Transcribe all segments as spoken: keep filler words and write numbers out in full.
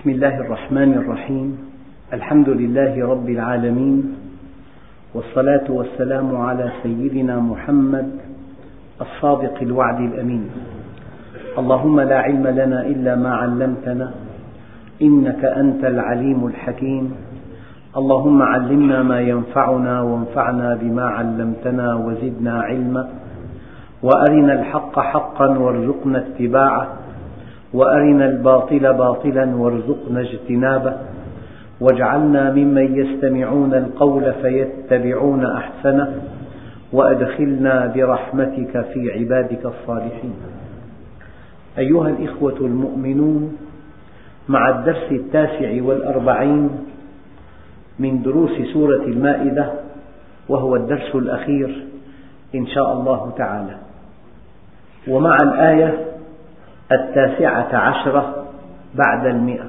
بسم الله الرحمن الرحيم. الحمد لله رب العالمين، والصلاة والسلام على سيدنا محمد الصادق الوعد الأمين. اللهم لا علم لنا إلا ما علمتنا إنك أنت العليم الحكيم. اللهم علمنا ما ينفعنا وانفعنا بما علمتنا وزدنا علما، وأرنا الحق حقا وارزقنا اتباعه، وأرنا الباطل باطلا وارزقنا اجتنابه، واجعلنا ممن يستمعون القول فيتبعون أحسنه، وأدخلنا برحمتك في عبادك الصالحين. أيها الإخوة المؤمنون، مع الدرس التاسع والأربعين من دروس سورة المائدة، وهو الدرس الأخير إن شاء الله تعالى، ومع الآية التاسعة عشرة بعد المئة،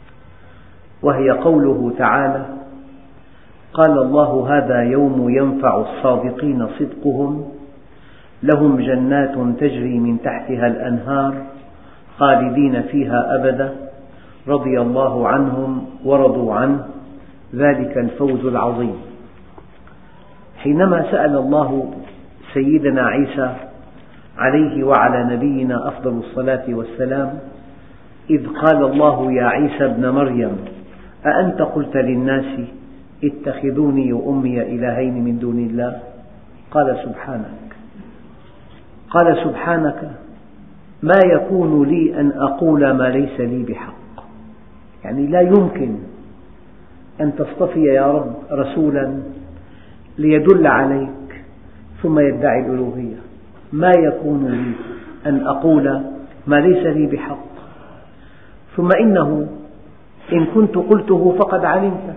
وهي قوله تعالى: قال الله هذا يوم ينفع الصادقين صدقهم، لهم جنات تجري من تحتها الأنهار خالدين فيها أبدا، رضي الله عنهم ورضوا عنه، ذلك الفوز العظيم. حينما سأل الله سيدنا عيسى عليه وعلى نبينا أفضل الصلاة والسلام، إذ قال الله يا عيسى ابن مريم أأنت قلت للناس اتخذوني وأمي إلهين من دون الله؟ قال سبحانك قال سبحانك ما يكون لي أن أقول ما ليس لي بحق. يعني لا يمكن أن تصطفي يا رب رسولا ليدل عليك ثم يدعي الألوهية. ما يكون لي أن أقول ما ليس لي بحق، ثم إنه إن كنت قلته فقد علمته،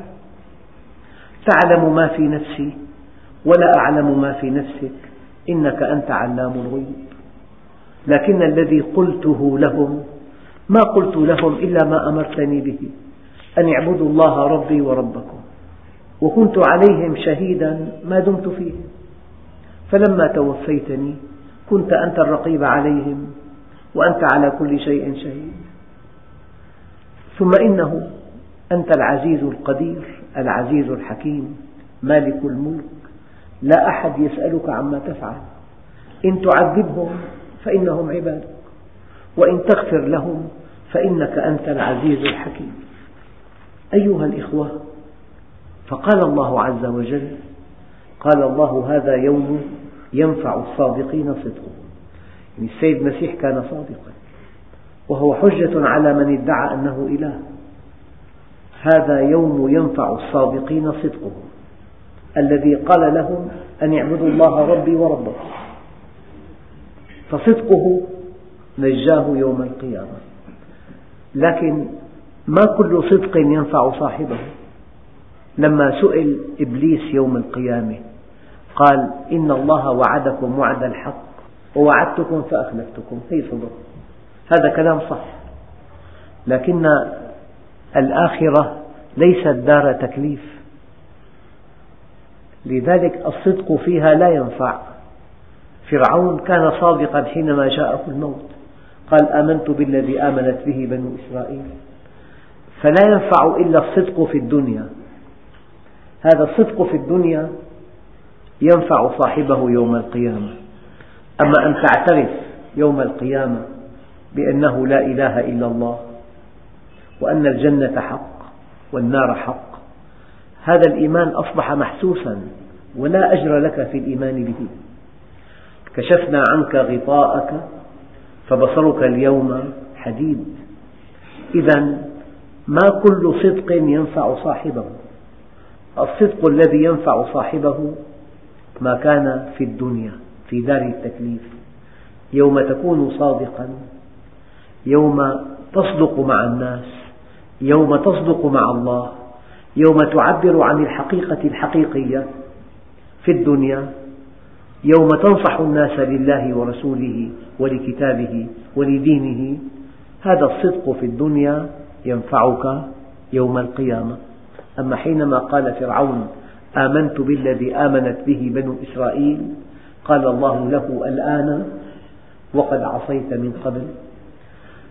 تعلم ما في نفسي ولا أعلم ما في نفسك، إنك أنت علام الغيوب. لكن الذي قلته لهم ما قلت لهم إلا ما أمرتني به، أن اعبدوا الله ربي وربكم، وكنت عليهم شهيدا ما دمت فيهم، فلما توفيتني كنت أنت الرقيب عليهم وأنت على كل شيء شهيد. ثم إنه أنت العزيز القدير العزيز الحكيم مالك الملك، لا أحد يسألك عما تفعل، إن تعذبهم فإنهم عبادك، وإن تغفر لهم فإنك أنت العزيز الحكيم. أيها الإخوة، فقال الله عز وجل: قال الله هذا يوم ينفع الصادقين صدقهم. يعني السيد المسيح كان صادقا، وهو حجة على من ادعى أنه إله. هذا يوم ينفع الصادقين صدقهم، الذي قال لهم أن اعبدوا الله ربي وربكم، فصدقه نجاه يوم القيامة. لكن ما كل صدق ينفع صاحبه. لما سئل إبليس يوم القيامة قال: إن الله وعدكم وعد الحق ووعدتكم فأخلفتكم. هي صدق، هذا كلام صح، لكن الآخرة ليست دار تكليف، لذلك الصدق فيها لا ينفع. فرعون كان صادقا حينما جاءه الموت، قال: آمنت بالذي آمنت به بنو إسرائيل. فلا ينفع إلا الصدق في الدنيا. هذا الصدق في الدنيا ينفع صاحبه يوم القيامة. أما أن تعترف يوم القيامة بأنه لا إله إلا الله، وأن الجنة حق والنار حق، هذا الإيمان أصبح محسوسا ولا أجر لك في الإيمان به. كشفنا عنك غطاءك فبصرك اليوم حديد. إذن ما كل صدق ينفع صاحبه. الصدق الذي ينفع صاحبه ما كان في الدنيا في دار التكليف، يوم تكون صادقا، يوم تصدق مع الناس، يوم تصدق مع الله، يوم تعبر عن الحقيقة الحقيقية في الدنيا، يوم تنصح الناس لله ورسوله ولكتابه ولدينه. هذا الصدق في الدنيا ينفعك يوم القيامة. أما حينما قال فرعون: آمنت بالذي آمنت به بنو إسرائيل، قال الله له: الآن وقد عصيت من قبل.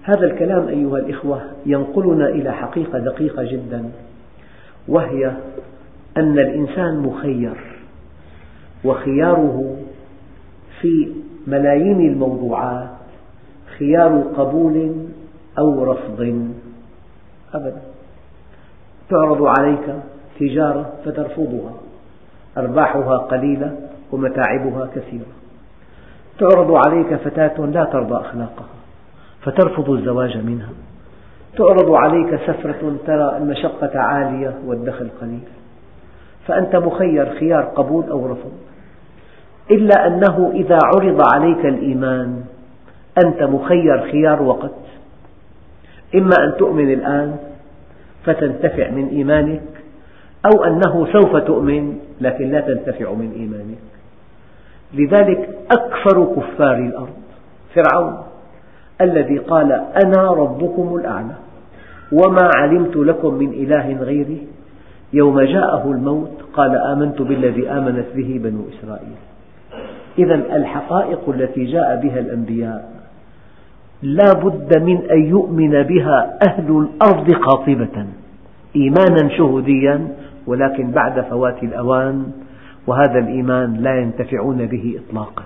هذا الكلام أيها الإخوة ينقلنا إلى حقيقة دقيقة جدا، وهي أن الإنسان مخير، وخياره في ملايين الموضوعات خيار قبول أو رفض أبدا. تعرض عليك تجارة فترفضها، أرباحها قليلة ومتاعبها كثيرة. تعرض عليك فتاة لا ترضى أخلاقها فترفض الزواج منها. تعرض عليك سفرة ترى المشقة عالية والدخل قليل، فأنت مخير خيار قبول أو رفض. إلا أنه إذا عرض عليك الإيمان أنت مخير خيار وقت، إما أن تؤمن الآن فتنتفع من إيمانك، أو أنه سوف تؤمن لكن لا تنتفع من إيمانك. لذلك أكثر كفار الأرض فرعون الذي قال أنا ربكم الأعلى وما علمت لكم من إله غيري، يوم جاءه الموت قال آمنت بالذي آمنت به بنو إسرائيل. إذا الحقائق التي جاء بها الأنبياء لا بد من أن يؤمن بها أهل الأرض قاطبة إيمانا شهوديا، ولكن بعد فوات الأوان، وهذا الإيمان لا ينتفعون به إطلاقا.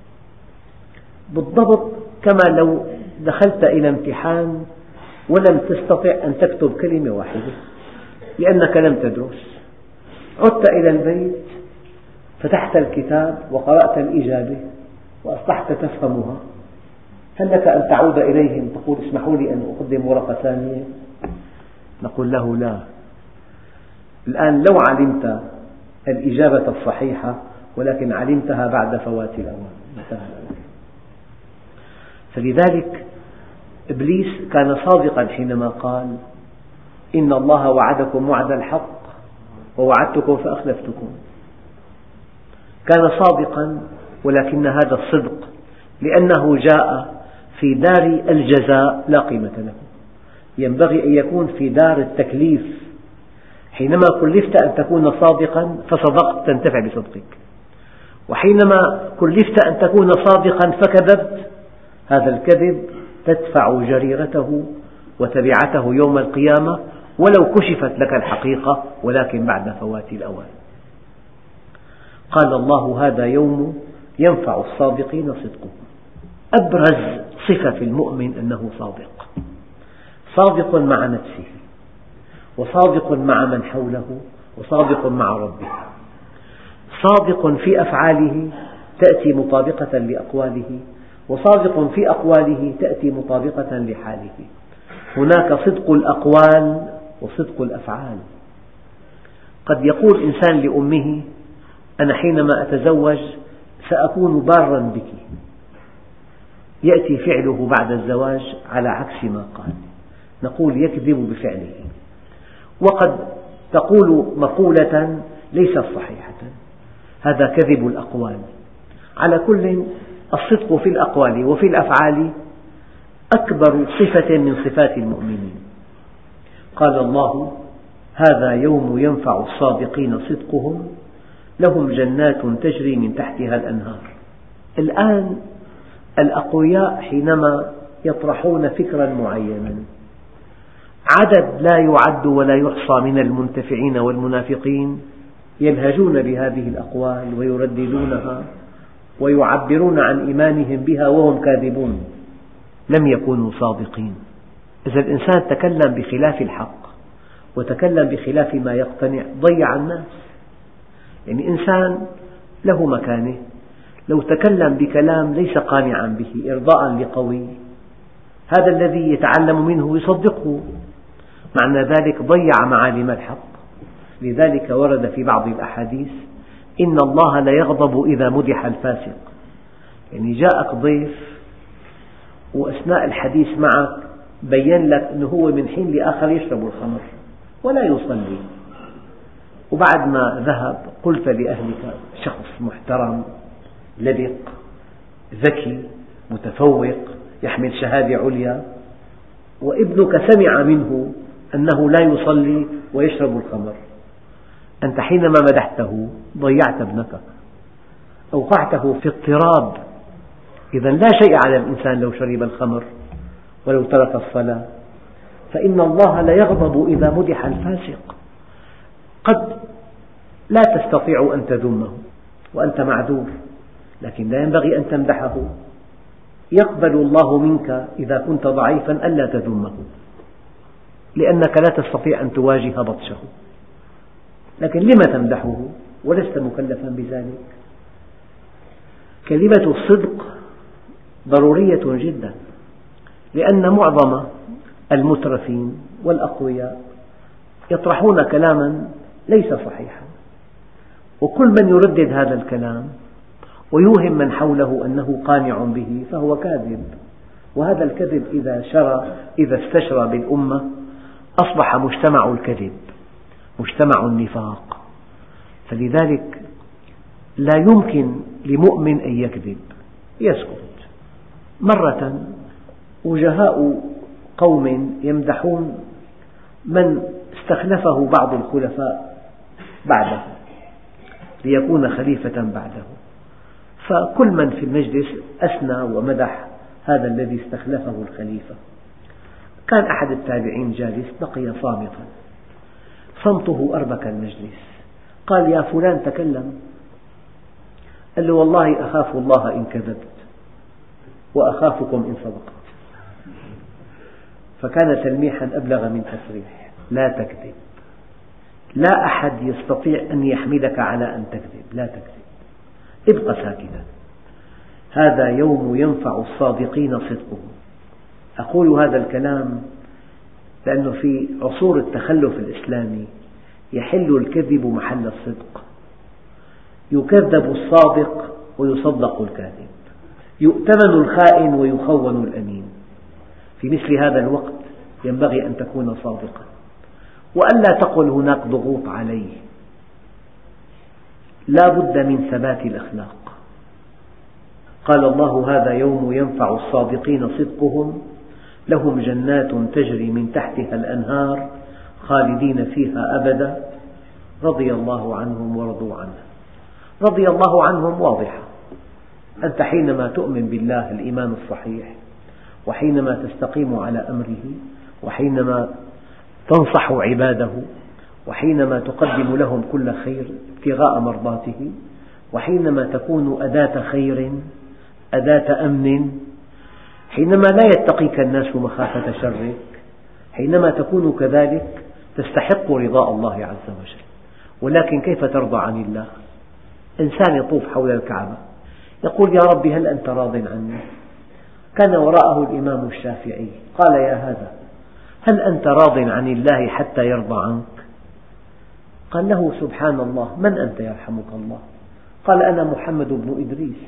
بالضبط كما لو دخلت إلى امتحان ولم تستطع أن تكتب كلمة واحدة لأنك لم تدرس، عدت إلى البيت فتحت الكتاب وقرأت الإجابة وأصبحت تفهمها، هل لك أن تعود إليهم تقول اسمحوا لي أن أقدم ورقة ثانية؟ نقول له لا، الآن لو علمت الإجابة الصحيحة ولكن علمتها بعد فوات الأوان انتهى الأمر. فلذلك إبليس كان صادقا حينما قال إن الله وعدكم وعد الحق ووعدتكم فأخلفتكم. كان صادقا، ولكن هذا الصدق لأنه جاء في دار الجزاء لا قيمة له. ينبغي أن يكون في دار التكليف. حينما كلفت أن تكون صادقا فصدقت تنتفع بصدقك، وحينما كلفت أن تكون صادقا فكذبت، هذا الكذب تدفع جريرته وتبعته يوم القيامة ولو كشفت لك الحقيقة ولكن بعد فوات الأوان. قال الله هذا يوم ينفع الصادقين صدقهم. أبرز صفة في المؤمن أنه صادق، صادق مع نفسه وصادق مع من حوله وصادق مع ربه. صادق في أفعاله تأتي مطابقة لأقواله، وصادق في أقواله تأتي مطابقة لحاله. هناك صدق الأقوال وصدق الأفعال. قد يقول إنسان لأمه أنا حينما أتزوج سأكون بارا بك، يأتي فعله بعد الزواج على عكس ما قال، نقول يكذب بفعله. وقد تقول مقولة ليست صحيحة، هذا كذب الأقوال. على كل، الصدق في الأقوال وفي الأفعال أكبر صفة من صفات المؤمنين. قال الله هذا يوم ينفع الصادقين صدقهم لهم جنات تجري من تحتها الأنهار. الآن الأقوياء حينما يطرحون فكرا معينا، عدد لا يعد ولا يحصى من المنتفعين والمنافقين يلهجون بهذه الأقوال ويرددونها ويعبرون عن إيمانهم بها وهم كاذبون، لم يكونوا صادقين. إذا الإنسان تكلم بخلاف الحق وتكلم بخلاف ما يقتنع ضيع الناس. يعني إنسان له مكانه، لو تكلم بكلام ليس قانعا به إرضاء لقوي، هذا الذي يتعلم منه يصدقه، معنى ذلك ضيع معالم الحق. لذلك ورد في بعض الأحاديث إن الله لا يغضب إذا مدح الفاسق. يعني جاءك ضيف وأثناء الحديث معك بين لك أنه هو من حين لآخر يشرب الخمر ولا يصلي، وبعد ما ذهب قلت لأهلك شخص محترم لبق ذكي متفوق يحمل شهادة عليا، وابنك سمع منه أنه لا يصلي ويشرب الخمر. أنت حينما مدحته ضيعت ابنك، أوقعته في اضطراب. إذا لا شيء على الإنسان لو شرب الخمر ولو ترك الصلاة، فإن الله لا يغضب إذا مدح الفاسق. قد لا تستطيع أن تذمه وأنت معذور، لكن لا ينبغي أن تمدحه. يقبل الله منك إذا كنت ضعيفا ألا تذمه، لأنك لا تستطيع أن تواجه بطشه، لكن لم تمدحه ولست مكلفا بذلك؟ كلمة الصدق ضرورية جدا، لأن معظم المترفين والأقوياء يطرحون كلاما ليس صحيحا، وكل من يردد هذا الكلام ويوهم من حوله أنه قانع به فهو كاذب، وهذا الكذب إذا شرى إذا استشرى بالأمة أصبح مجتمع الكذب، مجتمع النفاق. فلذلك لا يمكن لمؤمن أن يكذب، يسكت. مرة وجهاء قوم يمدحون من استخلفه بعض الخلفاء بعده ليكون خليفة بعده، فكل من في المجلس أثنى ومدح هذا الذي استخلفه الخليفة. كان أحد التابعين جالس بقي صامتا، صمته أربك المجلس. قال: يا فلان تكلم. قال له: والله أخاف الله إن كذبت وأخافكم إن صدقت. فكان تلميحا أبلغ من تصريح: لا تكذب، لا أحد يستطيع أن يحملك على أن تكذب، لا تكذب، ابق ساكتا، هذا يوم ينفع الصادقين صدقهم. أقول هذا الكلام لأنه في عصور التخلف الإسلامي يحل الكذب محل الصدق، يكذب الصادق ويصدق الكاذب، يؤتمن الخائن ويخون الأمين. في مثل هذا الوقت ينبغي أن تكون صادقا، وألا تقل هناك ضغوط عليه. لا بد من ثبات الأخلاق. قال الله: هذا يوم ينفع الصادقين صدقهم، لهم جنات تجري من تحتها الأنهار خالدين فيها أبدا، رضي الله عنهم ورضوا عنه. رضي الله عنهم واضحة، أنت حينما تؤمن بالله الإيمان الصحيح، وحينما تستقيم على أمره، وحينما تنصح عباده، وحينما تقدم لهم كل خير ابتغاء مرضاته، وحينما تكون أداة خير أداة أمن، حينما لا يتقيك الناس مخافة شرك، حينما تكون كذلك تستحق رضاء الله عز وجل. ولكن كيف ترضى عن الله؟ إنسان يطوف حول الكعبة يقول: يا رب هل أنت راض عني؟ كان وراءه الإمام الشافعي قال: يا هذا، هل أنت راض عن الله حتى يرضى عنك؟ قال له: سبحان الله، من أنت يرحمك الله؟ قال: أنا محمد بن إدريس.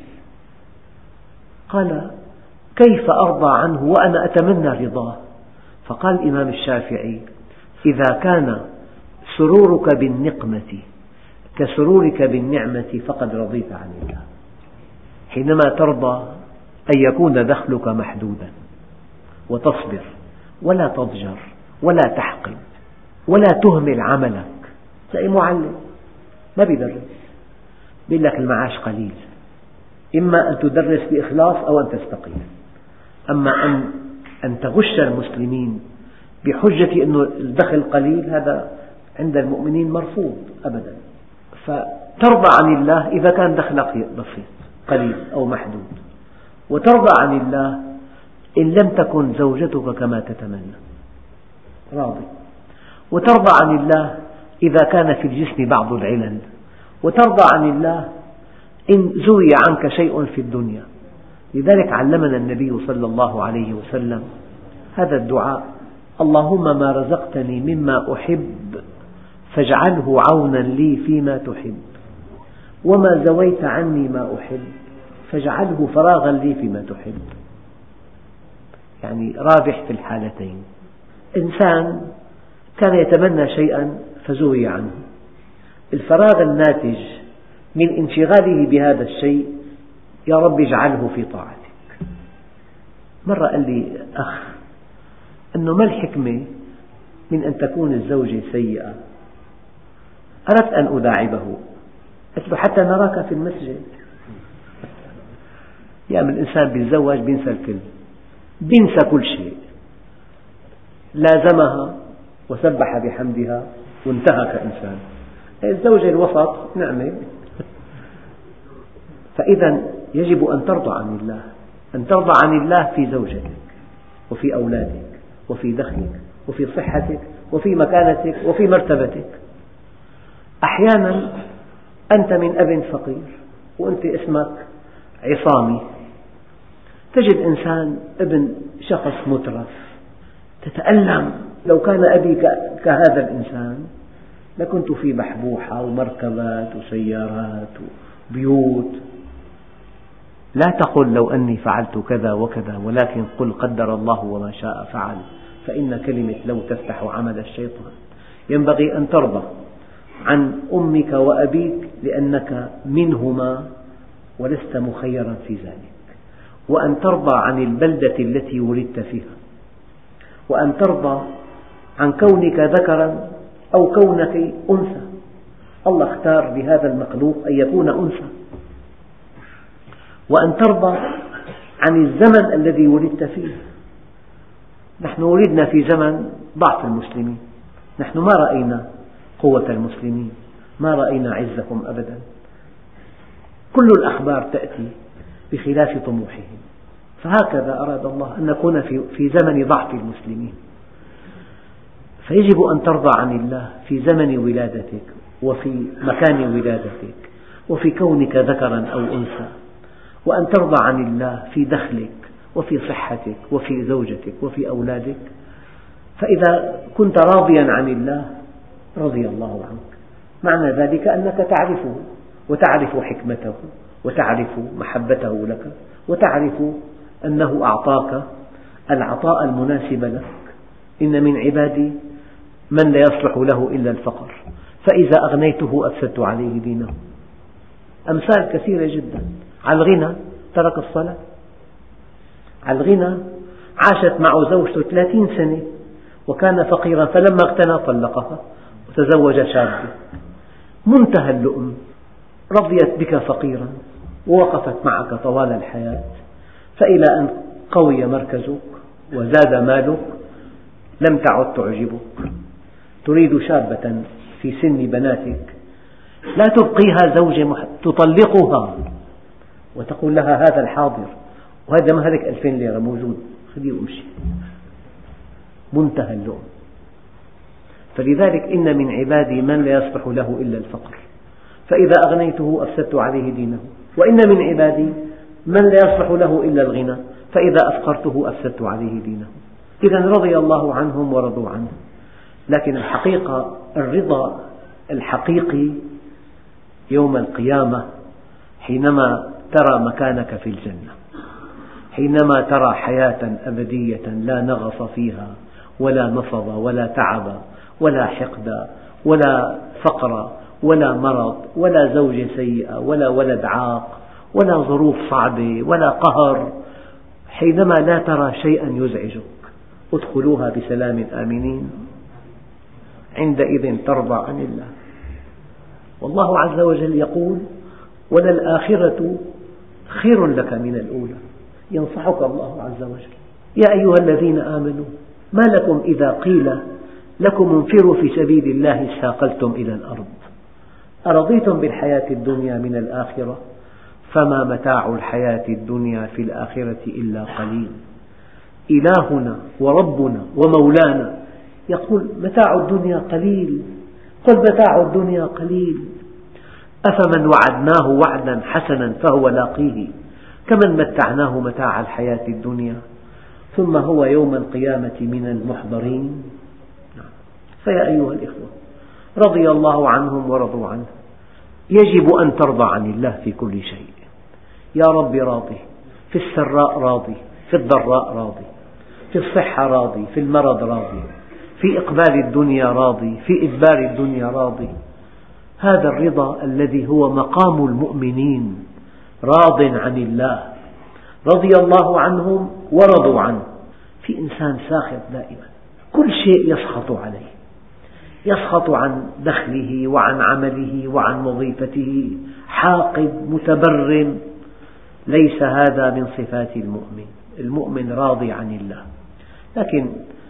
قال: كيف أرضى عنه وأنا أتمنى رضاه؟ فقال الإمام الشافعي: إذا كان سرورك بالنقمة كسرورك بالنعمة فقد رضيت عن الله. حينما ترضى أن يكون دخلك محدودا وتصبر ولا تضجر ولا تحقد ولا تهمل عملك. تلاقي معلم ما بيدرس، بيقول لك المعاش قليل، إما أن تدرس بإخلاص أو أن تستقيل. أما أن أن تغش المسلمين بحجة أن الدخل قليل، هذا عند المؤمنين مرفوض أبدا. فترضى عن الله إذا كان دخلك بسيط قليل أو محدود، وترضى عن الله إن لم تكن زوجتك كما تتمنى، راضي. وترضى عن الله إذا كان في الجسم بعض العلل، وترضى عن الله إن زوي عنك شيء في الدنيا. لذلك علمنا النبي صلى الله عليه وسلم هذا الدعاء: اللهم ما رزقتني مما أحب فاجعله عونا لي فيما تحب، وما زويت عني ما أحب فاجعله فراغا لي فيما تحب. يعني رابح في الحالتين. إنسان كان يتمنى شيئا فزوي عنه، الفراغ الناتج من انشغاله بهذا الشيء يا رب اجعله في طاعتك. مرة قال لي أخ أنه ما الحكمة من أن تكون الزوجة سيئة؟ أردت أن أداعبه، قلت له: حتى نراك في المسجد. يعني الإنسان بيتزوج بينسى الكل، بينسى كل شيء، لازمها وسبح بحمدها وانتهى كإنسان. الزوجة الوسط نعمة. فإذا يجب أن ترضى عن الله، أن ترضى عن الله في زوجتك وفي أولادك وفي دخلك وفي صحتك وفي مكانتك وفي مرتبتك. أحيانا أنت من أب فقير وأنت اسمك عصامي، تجد إنسان ابن شخص مترف، تتألم لو كان أبي كهذا الإنسان لكنت في بحبوحة ومركبات وسيارات وبيوت. لا تقل لو أني فعلت كذا وكذا، ولكن قل قدر الله وما شاء فعل، فإن كلمة لو تفتح عمل الشيطان. ينبغي أن ترضى عن أمك وأبيك لأنك منهما ولست مخيرا في ذلك، وأن ترضى عن البلدة التي ولدت فيها، وأن ترضى عن كونك ذكرا أو كونك أنثى. الله اختار لهذا المخلوق أن يكون أنثى. وأن ترضى عن الزمن الذي ولدت فيه. نحن ولدنا في زمن ضعف المسلمين، نحن ما رأينا قوة المسلمين، ما رأينا عزهم أبدا. كل الأخبار تأتي بخلاف طموحهم، فهكذا أراد الله أن نكون في زمن ضعف المسلمين. فيجب أن ترضى عن الله في زمن ولادتك وفي مكان ولادتك وفي كونك ذكرا أو أنثى، وأن ترضى عن الله في دخلك وفي صحتك وفي زوجتك وفي أولادك. فإذا كنت راضيا عن الله رضي الله عنك. معنى ذلك أنك تعرفه وتعرف حكمته وتعرف محبته لك وتعرف أنه أعطاك العطاء المناسب لك. إن من عبادي من لا يصلح له إلا الفقر، فإذا أغنيته أفسدت عليه دينه. أمثال كثيرة جدا. على الغنى ترك الصلاة، على الغنى عاشت معه زوجته ثلاثين سنة وكان فقيرا، فلما اغتنى طلقها وتزوج شابة. منتهى اللؤم، رضيت بك فقيرا ووقفت معك طوال الحياة، فإلى أن قوي مركزك وزاد مالك لم تعد تعجبك. تريد شابة في سن بناتك، لا تبقيها زوجة، تطلقها وتقول لها هذا الحاضر وهذا مهرك ألفين ليرة موجود، خذيه وامشي. منتهى اللؤم. فلذلك إن من عبادي من لا يصلح له إلا الفقر، فإذا أغنيته أفسدت عليه دينه. وإن من عبادي من لا يصلح له إلا الغنى، فإذا أفقرته أفسدت عليه دينه. إذا رضي الله عنهم ورضوا عنه. لكن الحقيقة الرضا الحقيقي يوم القيامة حينما ترى مكانك في الجنة، حينما ترى حياة أبدية لا نغص فيها ولا نصب ولا تعب ولا حقد ولا فقر ولا مرض ولا زوجة سيئة ولا ولد عاق ولا ظروف صعبة ولا قهر، حينما لا ترى شيئا يزعجك. ادخلوها بسلام آمنين. عندئذ ترضى عن الله. والله عز وجل يقول: وللآخرة خير لك من الأولى. ينصحك الله عز وجل: يا أيها الذين آمنوا ما لكم إذا قيل لكم انفروا في سبيل الله اثاقلتم إلى الأرض أرضيتم بالحياة الدنيا من الآخرة فما متاع الحياة الدنيا في الآخرة إلا قليل. إلهنا وربنا ومولانا يقول: متاع الدنيا قليل. قل متاع الدنيا قليل. أفمن وعدناه وعدا حسنا فهو لاقيه كمن متعناه متاع الحياة الدنيا ثم هو يوم القيامة من المحضرين. فيا أيها الإخوة، رضي الله عنهم ورضوا عنه. يجب أن ترضى عن الله في كل شيء. يا رب راضي، في السراء راضي، في الضراء راضي، في الصحة راضي، في المرض راضي، في إقبال الدنيا راضي، في إدبار الدنيا راضي. هذا الرضا الذي هو مقام المؤمنين، راض عن الله. رضي الله عنهم ورضوا عنه. في إنسان ساخط دائما، كل شيء يسخط عليه، يسخط عن دخله وعن عمله وعن وظيفته، حاقد متبرم. ليس هذا من صفات المؤمن. المؤمن راضي عن الله. لكن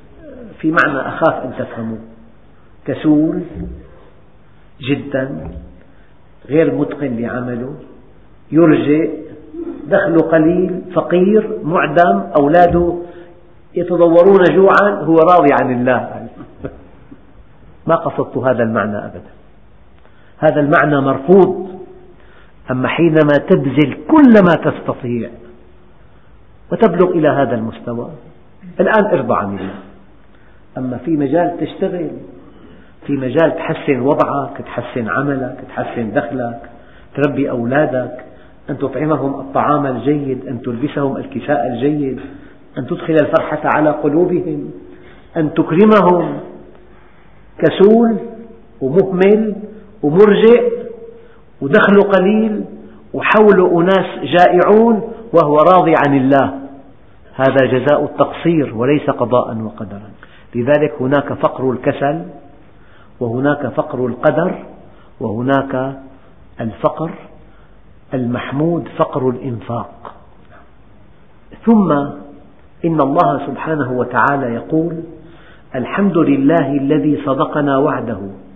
في معنى أخاف أن تفهموه، كسول جدا، غير متقن لعمله، يرجئ، دخله قليل، فقير، معدم، أولاده يتضورون جوعا، هو راضي عن الله. ما قصدت هذا المعنى أبدا، هذا المعنى مرفوض. أما حينما تبذل كل ما تستطيع وتبلغ إلى هذا المستوى، الآن ارضى عن الله. أما في مجال تشتغل، في مجال تحسن وضعك، تحسن عملك، تحسن دخلك، تربي أولادك، أن تطعمهم الطعام الجيد، أن تلبسهم الكساء الجيد، أن تدخل الفرحة على قلوبهم، أن تكرمهم، كسول ومهمل ومرجئ ودخله قليل وحوله أناس جائعون وهو راضي عن الله، هذا جزاء التقصير وليس قضاء وقدرا. لذلك هناك فقر الكسل، وهناك فقر القدر، وهناك الفقر المحمود فقر الإنفاق. ثم إن الله سبحانه وتعالى يقول: الحمد لله الذي صدقنا وعده،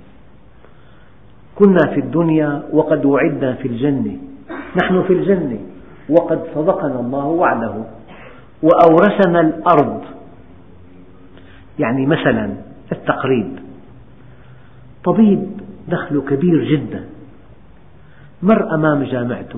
كنا في الدنيا وقد وعدنا في الجنة، نحن في الجنة وقد صدقنا الله وعده وأورثنا الأرض. يعني مثلا التقريب، طبيب دخله كبير جدا مر أمام جامعته،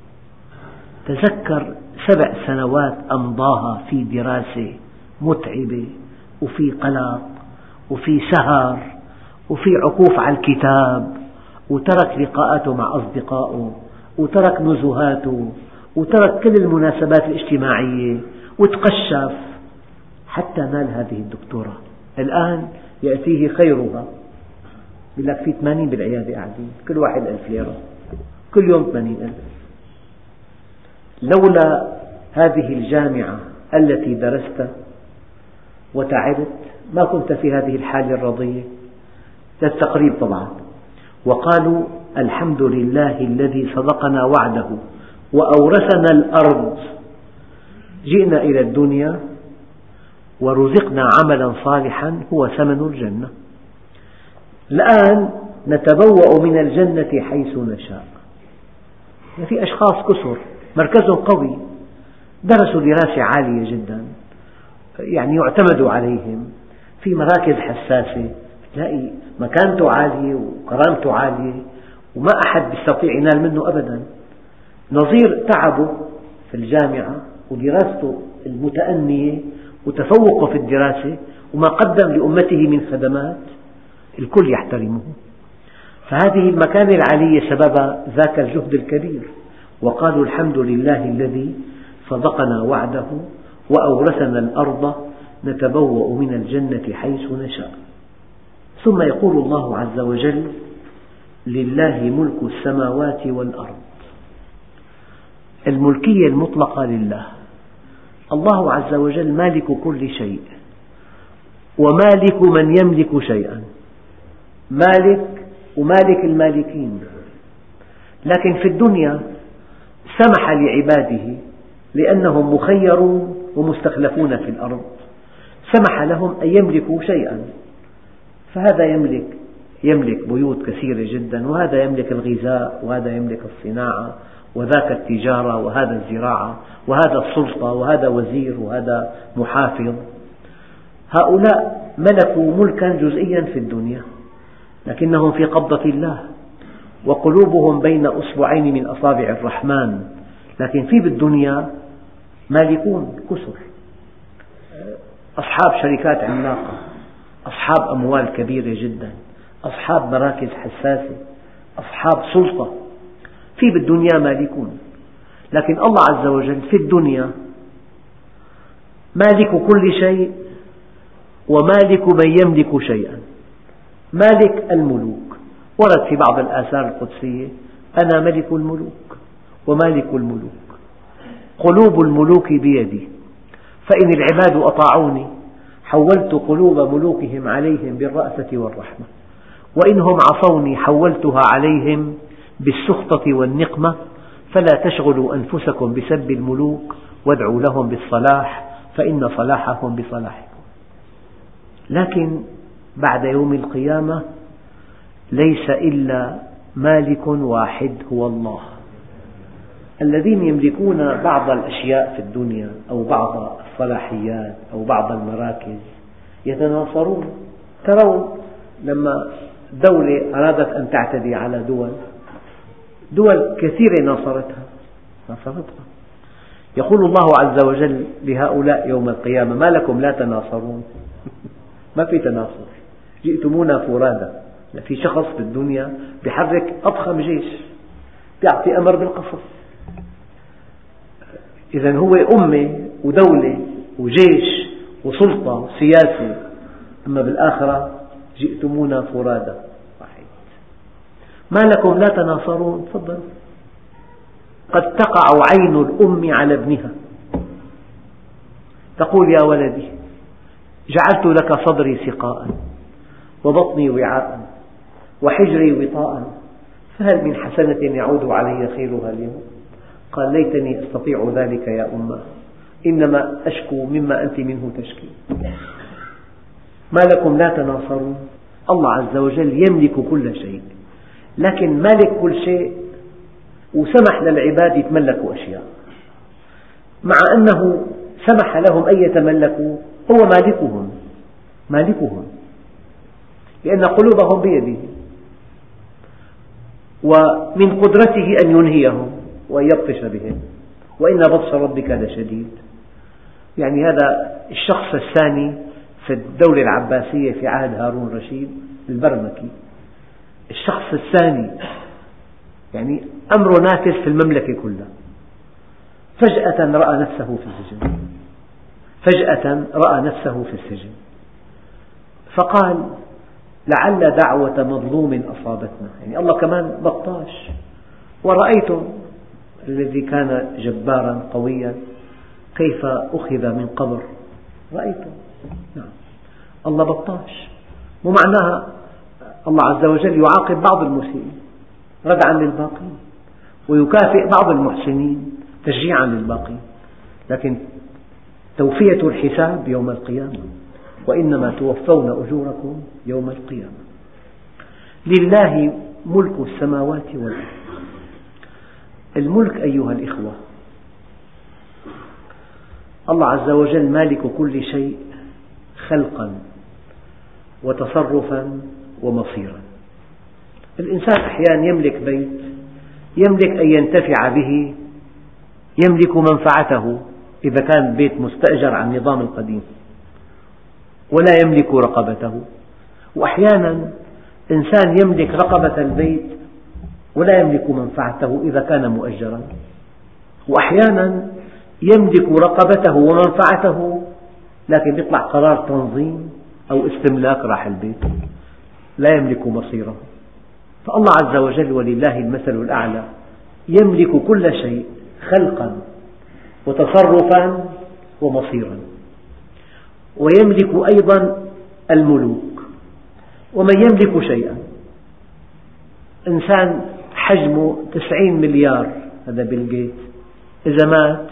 تذكر سبع سنوات أمضاها في دراسة متعبة وفي قلق وفي سهر وفي عكوف على الكتاب، وترك لقاءاته مع أصدقائه، وترك نزهاته، وترك كل المناسبات الاجتماعية، وتقشف حتى نال هذه الدكتوراه. الآن يأتيه خيرها، يقول لك في ثمانين بالعيادة قاعدين، كل واحد ألف ليرة، كل يوم ثمانين ألف. لولا هذه الجامعة التي درست وتعبت ما كنت في هذه الحالة الرضية. للتقريب طبعا. وقالوا: الحمد لله الذي صدقنا وعده وأورثنا الأرض، جئنا إلى الدنيا ورزقنا عملا صالحا هو ثمن الجنة. الآن نتبوأ من الجنة حيث نشاء. في أشخاص كثر مركزهم قوي، درسوا دراسة عالية جدا، يعني يعتمد عليهم في مراكز حساسة، تلاقي مكانته عالية وكرامته عالية وما أحد يستطيع ينال منه أبدا، نظير تعبه في الجامعة ودراسته المتأنية وتفوقه في الدراسة وما قدم لأمته من خدمات، الكل يحترمه. فهذه المكانة العالية سبب ذاك الجهد الكبير. وقالوا: الحمد لله الذي صدقنا وعده وأورثنا الأرض نتبوأ من الجنة حيث نشاء. ثم يقول الله عز وجل: لله ملك السماوات والأرض. الملكية المطلقة لله. الله عز وجل مالك كل شيء، ومالك من يملك شيئا، مالك ومالك المالكين. لكن في الدنيا سمح لعباده لأنهم مخيرون ومستخلفون في الأرض، سمح لهم أن يملكوا شيئا، فهذا يملك يملك بيوت كثيرة جدا، وهذا يملك الغذاء، وهذا يملك الصناعة، وذاك التجارة، وهذا الزراعة، وهذا السلطة، وهذا وزير، وهذا محافظ. هؤلاء ملكوا ملكا جزئيا في الدنيا، لكنهم في قبضة الله، وقلوبهم بين أصبعين من أصابع الرحمن، لكن في بالدنيا مالكون كثر، أصحاب شركات عملاقة، أصحاب أموال كبيرة جدا، أصحاب مراكز حساسة، أصحاب سلطة، في بالدنيا مالكون. لكن الله عز وجل في الدنيا مالك كل شيء ومالك من يملك شيئا، مالك الملوك. ورد في بعض الآثار القدسية: أنا ملك الملوك ومالك الملوك، قلوب الملوك بيدي، فإن العباد أطاعوني حولت قلوب ملوكهم عليهم بالرأفة والرحمة، وإنهم عصوني حولتها عليهم بالسخطة والنقمة، فلا تشغلوا أنفسكم بسب الملوك وادعوا لهم بالصلاح فإن صلاحهم بصلاحكم. لكن بعد يوم القيامة ليس إلا مالك واحد هو الله. الذين يملكون بعض الأشياء في الدنيا أو بعض الصلاحيات أو بعض المراكز يتناصرون. ترون لما دولة أرادت أن تعتدي على دول، دول كثيرة ناصرتها ناصرتها يقول الله عز وجل لهؤلاء يوم القيامة: ما لكم لا تناصرون؟ ما في تناصر، جئتمونا فرادى. في شخص في الدنيا بيحرك أضخم جيش، بيعطي أمر بالقصف. إذن هو أمة ودولة وجيش وسلطة وسياسة. أما بالآخرة جئتمونا فرادى واحد. ما لكم لا تناصرون؟ تفضل. قد تقع عين الأم على ابنها تقول: يا ولدي جعلت لك صدري سقاء وبطني وعاء وحجري وطاء، فهل من حسنة يعود علي خيرها اليوم؟ قال: ليتني أستطيع ذلك يا أمه، إنما أشكو مما أنت منه تشكي. ما لكم لا تناصرون؟ الله عز وجل يملك كل شيء، لكن مالك كل شيء وسمح للعباد يتملكوا أشياء، مع أنه سمح لهم أن يتملكوا. هو مالكهم مالكهم لأن قلوبهم بيده، ومن قدرته أن ينهيهم وأن يبطش بهم، وإن بطش ربك لشديد. يعني هذا الشخص الثاني في الدولة العباسية في عهد هارون الرشيد البرمكي، الشخص الثاني يعني أمره نافذ في المملكة كلها. فجأة رأى نفسه في السجن، فجأة رأى نفسه في السجن، فقال: لعل دعوة مظلوم أصابتنا. يعني الله كمان بطاش. ورأيتم الذي كان جبارا قويا كيف أخذ من قبر، رأيتم. نعم، الله بطاش. ومعناها الله عز وجل يعاقب بعض المسيئين ردعا للباقين، ويكافئ بعض المحسنين تشجيعا للباقين، لكن توفية الحساب يوم القيامة، وإنما توفون أجوركم يوم القيامة. لله ملك السماوات والأرض. الملك أيها الإخوة، الله عز وجل مالك كل شيء خلقا وتصرفا ومصيرا. الإنسان أحيانا يملك بيت، يملك أن ينتفع به، يملك منفعته إذا كان بيت مستأجر على النظام القديم، ولا يملك رقبته. وأحيانا إنسان يملك رقبة البيت ولا يملك منفعته إذا كان مؤجرا. وأحيانا يملك رقبته ومنفعته لكن يطلع قرار تنظيم أو استملاك راح البيت، لا يملك مصيره. فالله عز وجل ولله المثل الأعلى يملك كل شيء خلقا وتصرفا ومصيرا، ويملك أيضا الملوك. ومن يملك شيئا، إنسان حجمه تسعين مليار، هذا بيل غيت، إذا مات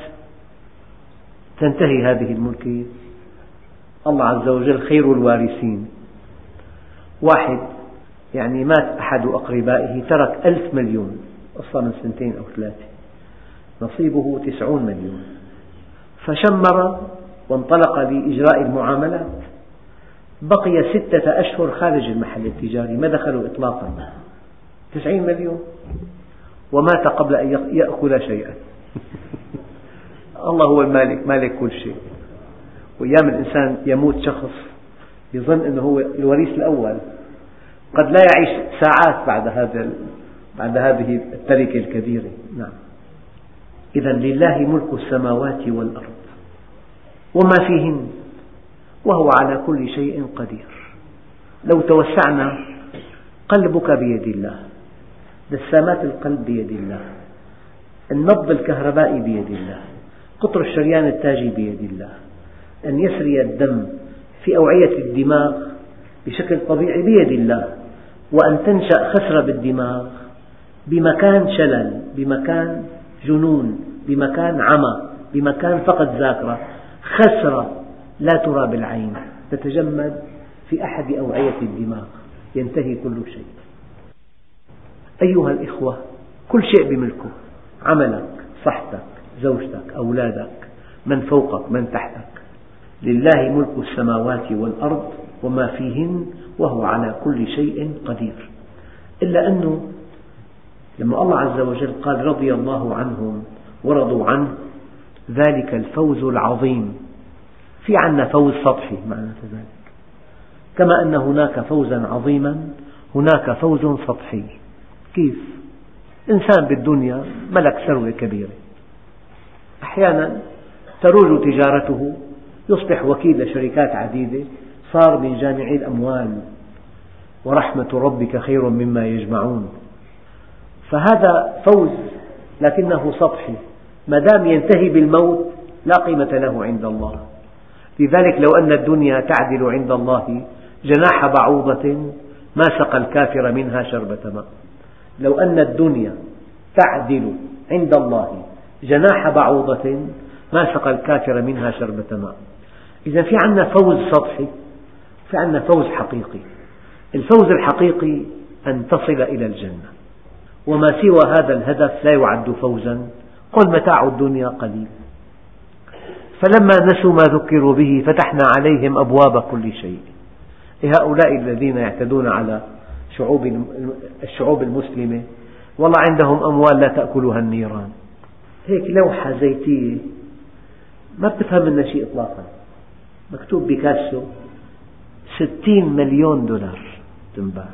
تنتهي هذه الملكية. الله عز وجل خير الوارثين. واحد يعني مات أحد أقربائه ترك ألف مليون، أصلا من سنتين أو ثلاثة، نصيبه تسعون مليون، فشمر وانطلق لإجراء المعاملات، بقي ستة أشهر خارج المحل التجاري، ما دخلوا إطلاقا، تسعين مليون، ومات قبل أن يأكل شيئا. الله هو المالك، مالك كل شيء. وأيام الإنسان يموت شخص يظن أنه هو الوريث الأول، قد لا يعيش ساعات بعد هذا بعد هذه التركة الكبيرة. نعم. إذا لله ملك السماوات والأرض وما فيهن، وهو على كل شيء قدير. لو توسعنا، قلبك بيد الله، دسامات القلب بيد الله، النبض الكهربائي بيد الله، قطر الشريان التاجي بيد الله، أن يسري الدم في أوعية الدماغ بشكل طبيعي بيد الله، وأن تنشأ خسرة بالدماغ بمكان شلل، بمكان جنون، بمكان عمى، بمكان فقد ذاكرة، خسرة لا ترى بالعين، تتجمد في أحد أوعية الدماغ ينتهي كل شيء. أيها الإخوة، كل شيء بملكه، عملك، صحتك، زوجتك، أولادك، من فوقك، من تحتك. لله ملك السماوات والأرض وما فيهن وهو على كل شيء قدير. إلا أنه لما الله عز وجل قال رضي الله عنهم ورضوا عنه ذلك الفوز العظيم، في عنا فوز سطحي معنى ذلك، كما أن هناك فوزا عظيما هناك فوز سطحي. كيف؟ إنسان بالدنيا ملك ثروة كبيرة، أحيانا تروج تجارته، يصبح وكيل لشركات عديدة، صار من جامعي الأموال، ورحمة ربك خير مما يجمعون. فهذا فوز لكنه سطحي، ما دام ينتهي بالموت لا قيمة له عند الله. لذلك لو أن الدنيا تعدل عند الله جناح بعوضة ما سقى الكافر منها شربة ماء. لو أن الدنيا تعدل عند الله جناح بعوضة ما سقى الكافر منها شربة ماء. إذا في عنا فوز سطحي، في عنا فوز حقيقي. الفوز الحقيقي أن تصل إلى الجنة، وما سوى هذا الهدف لا يعد فوزا. قل متاع الدنيا قليل. فلما نسوا ما ذكروا به فتحنا عليهم أبواب كل شيء. هؤلاء الذين يعتدون على شعوب الشعوب المسلمة والله عندهم أموال لا تأكلها النيران. هيك لوحة زيتية ما بتفهم منها شيء إطلاقا، مكتوب بيكاسو، ستين مليون دولار تنباع.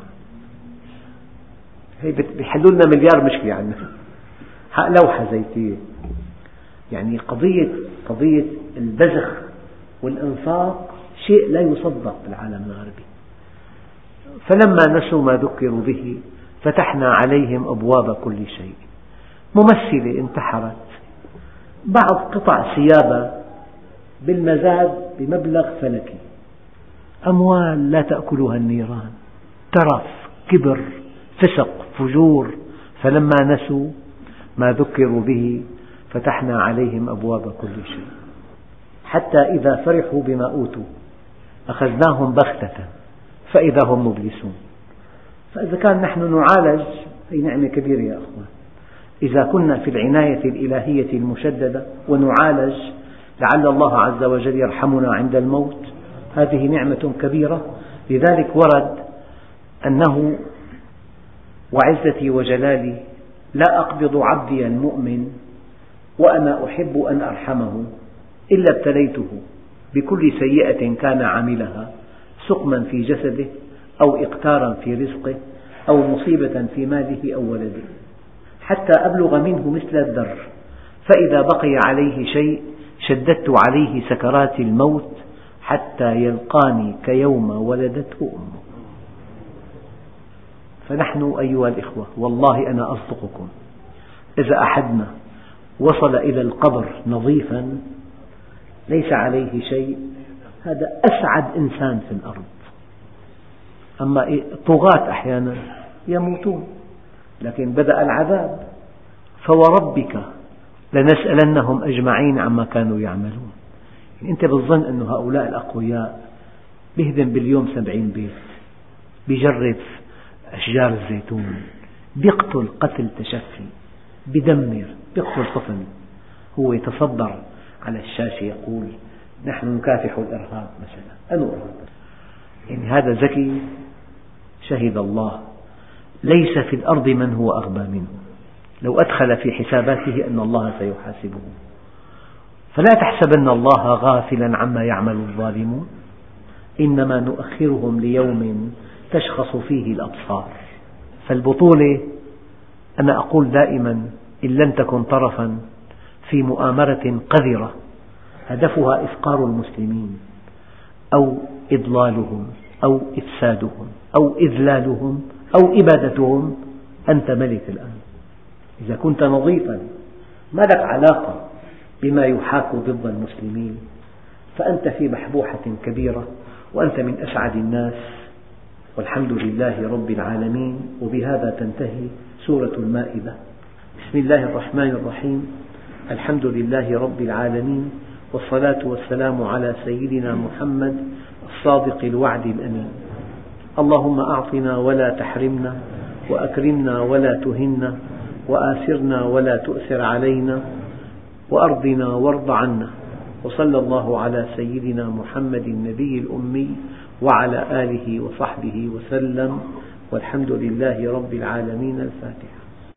هي بيحلوا لنا مليار مشكلة عنا. لوحة زيتية. يعني قضية قضية البذخ والإنفاق شيء لا يصدق بالعالم الغربي. فلما نسوا ما ذكروا به فتحنا عليهم أبواب كل شيء. ممثلة انتحرت بعض قطع ثيابها بالمزاد بمبلغ فلكي، أموال لا تأكلها النيران، ترف، كبر، فسق، فجور. فلما نسوا ما ذكروا به فتحنا عليهم أبواب كل شيء حتى إذا فرحوا بما أوتوا أخذناهم بغتة فإذا هم مبلسون. فإذا كان نحن نعالج، هي نعمة كبيرة يا أخوان. إذا كنا في العناية الإلهية المشددة ونعالج لعل الله عز وجل يرحمنا عند الموت، هذه نعمة كبيرة. لذلك ورد أنه وعزتي وجلالي لا أقبض عبدي المؤمن وأنا أحب أن أرحمه إلا ابتليته بكل سيئة كان عملها، سقما في جسده أو إقتارا في رزقه أو مصيبة في ماله أو ولده، حتى أبلغ منه مثل الذر، فإذا بقي عليه شيء شددت عليه سكرات الموت حتى يلقاني كيوم ولدته أمه. فنحن أيها الإخوة والله أنا أصدقكم، إذا أحدنا وصل إلى القبر نظيفا ليس عليه شيء، هذا أسعد إنسان في الأرض. أما الطغاة أحيانا يموتون لكن بدأ العذاب. فوربك لنسألنهم أجمعين عما كانوا يعملون. يعني أنت بتظن أن هؤلاء الأقوياء بيهدم باليوم سبعين بيت، بيجرب أشجار الزيتون، بيقتل قتل تشفي، بيدمر، بيقتل طفل، هو يتصدر على الشاشة يقول نحن نكافح الإرهاب مثلا. أنو إرهاب؟ يعني هذا ذكي، شهد الله ليس في الأرض من هو أغبى منه، لو أدخل في حساباته أن الله سيحاسبه. فلا تحسبن الله غافلا عما يعمل الظالمون، إنما نؤخرهم ليوم تشخص فيه الأبصار. فالبطولة أنا أقول دائما إن لم تكن طرفا في مؤامرة قذرة هدفها إفقار المسلمين أو إضلالهم أو إفسادهم أو إذلالهم أو إبادتهم، أنت ملك الآن. إذا كنت نظيفا ما لك علاقة بما يحاك ضد المسلمين فأنت في بحبوحة كبيرة وأنت من أسعد الناس. والحمد لله رب العالمين. وبهذا تنتهي سورة المائدة. بسم الله الرحمن الرحيم. الحمد لله رب العالمين، والصلاة والسلام على سيدنا محمد الصادق الوعد الأمين. اللهم أعطنا ولا تحرمنا، وأكرمنا ولا تهنا، وآثرنا ولا تؤثر علينا، وأرضنا وارض عنا. وصلى الله على سيدنا محمد النبي الأمي وعلى آله وصحبه وسلم، والحمد لله رب العالمين. الفاتحة.